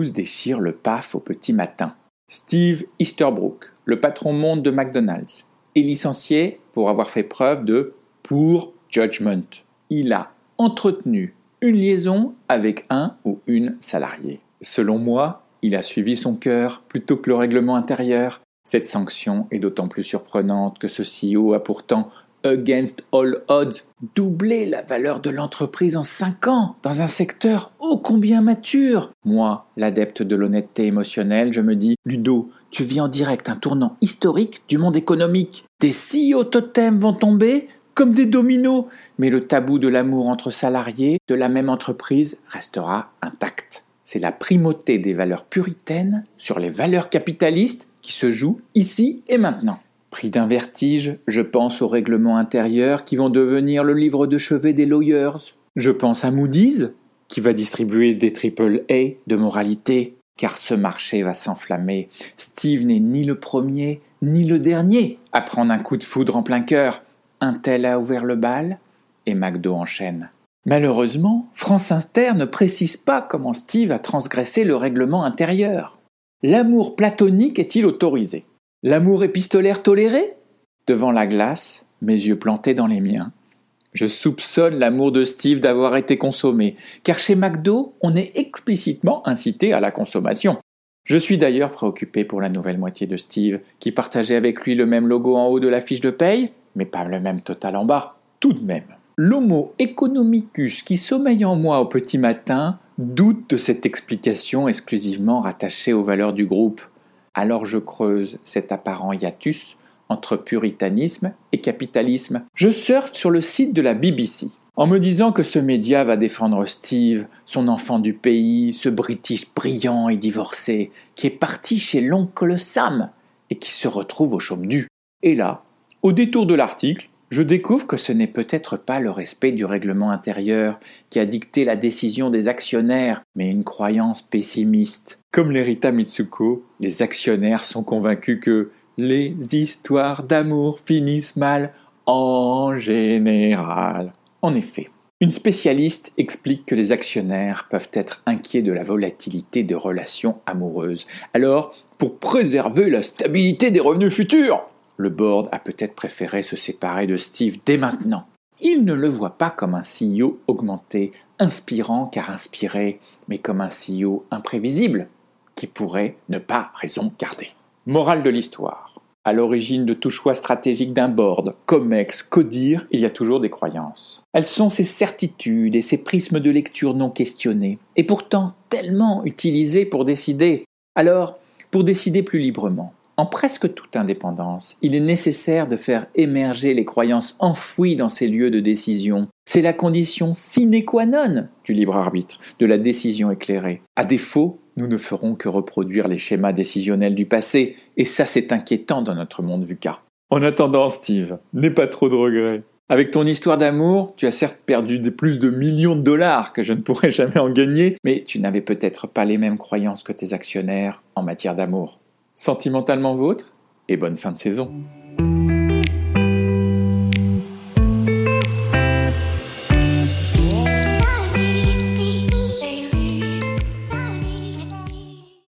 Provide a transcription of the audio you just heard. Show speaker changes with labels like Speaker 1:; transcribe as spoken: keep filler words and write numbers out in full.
Speaker 1: tous déchirent le P A F au petit matin. Steve Easterbrook, le patron monde de McDonald's, est licencié pour avoir fait preuve de poor judgment. Il a entretenu une liaison avec un ou une salariée. Selon moi, il a suivi son cœur plutôt que le règlement intérieur. Cette sanction est d'autant plus surprenante que ce C E O a pourtant, against all odds, doublé la valeur de l'entreprise en cinq ans, dans un secteur ô combien mature. Moi, l'adepte de l'honnêteté émotionnelle, je me dis, Ludo, tu vis en direct un tournant historique du monde économique. Des C E O totems vont tomber comme des dominos, mais le tabou de l'amour entre salariés de la même entreprise restera intact. C'est la primauté des valeurs puritaines sur les valeurs capitalistes qui se joue ici et maintenant. Pris d'un vertige, je pense aux règlements intérieurs qui vont devenir le livre de chevet des lawyers. Je pense à Moody's, qui va distribuer des triple A de moralité, car ce marché va s'enflammer. Steve n'est ni le premier, ni le dernier à prendre un coup de foudre en plein cœur. Intel a ouvert le bal, et McDo enchaîne. Malheureusement, France Inter ne précise pas comment Steve a transgressé le règlement intérieur. L'amour platonique est-il autorisé ? L'amour épistolaire toléré ? Devant la glace, mes yeux plantés dans les miens, je soupçonne l'amour de Steve d'avoir été consommé, car chez McDo, on est explicitement incité à la consommation. Je suis d'ailleurs préoccupé pour la nouvelle moitié de Steve, qui partageait avec lui le même logo en haut de la fiche de paye, mais pas le même total en bas, tout de même. L'homo economicus qui sommeille en moi au petit matin doute de cette explication exclusivement rattachée aux valeurs du groupe. Alors je creuse cet apparent hiatus entre puritanisme et capitalisme. Je surfe sur le site de la B B C, en me disant que ce média va défendre Steve, son enfant du pays, ce British brillant et divorcé, qui est parti chez l'oncle Sam et qui se retrouve au chôme du. Et là, au détour de l'article, je découvre que ce n'est peut-être pas le respect du règlement intérieur qui a dicté la décision des actionnaires, mais une croyance pessimiste. Comme les Rita Mitsuko, les actionnaires sont convaincus que les histoires d'amour finissent mal en général. En effet, une spécialiste explique que les actionnaires peuvent être inquiets de la volatilité des relations amoureuses. Alors, pour préserver la stabilité des revenus futurs, le board a peut-être préféré se séparer de Steve dès maintenant. Il ne le voit pas comme un C E O augmenté, inspirant car inspiré, mais comme un C E O imprévisible, qui pourrait ne pas raison garder. Morale de l'histoire. À l'origine de tout choix stratégique d'un board, Comex, Codir, il y a toujours des croyances. Elles sont ces certitudes et ces prismes de lecture non questionnés, et pourtant tellement utilisés pour décider. Alors, pour décider plus librement, en presque toute indépendance, il est nécessaire de faire émerger les croyances enfouies dans ces lieux de décision. C'est la condition sine qua non du libre arbitre, de la décision éclairée. À défaut, nous ne ferons que reproduire les schémas décisionnels du passé, et ça c'est inquiétant dans notre monde VUCA. En attendant, Steve, n'aie pas trop de regrets. Avec ton histoire d'amour, tu as certes perdu plus de millions de dollars que je ne pourrais jamais en gagner, mais tu n'avais peut-être pas les mêmes croyances que tes actionnaires en matière d'amour. Sentimentalement vôtre, et bonne fin de saison.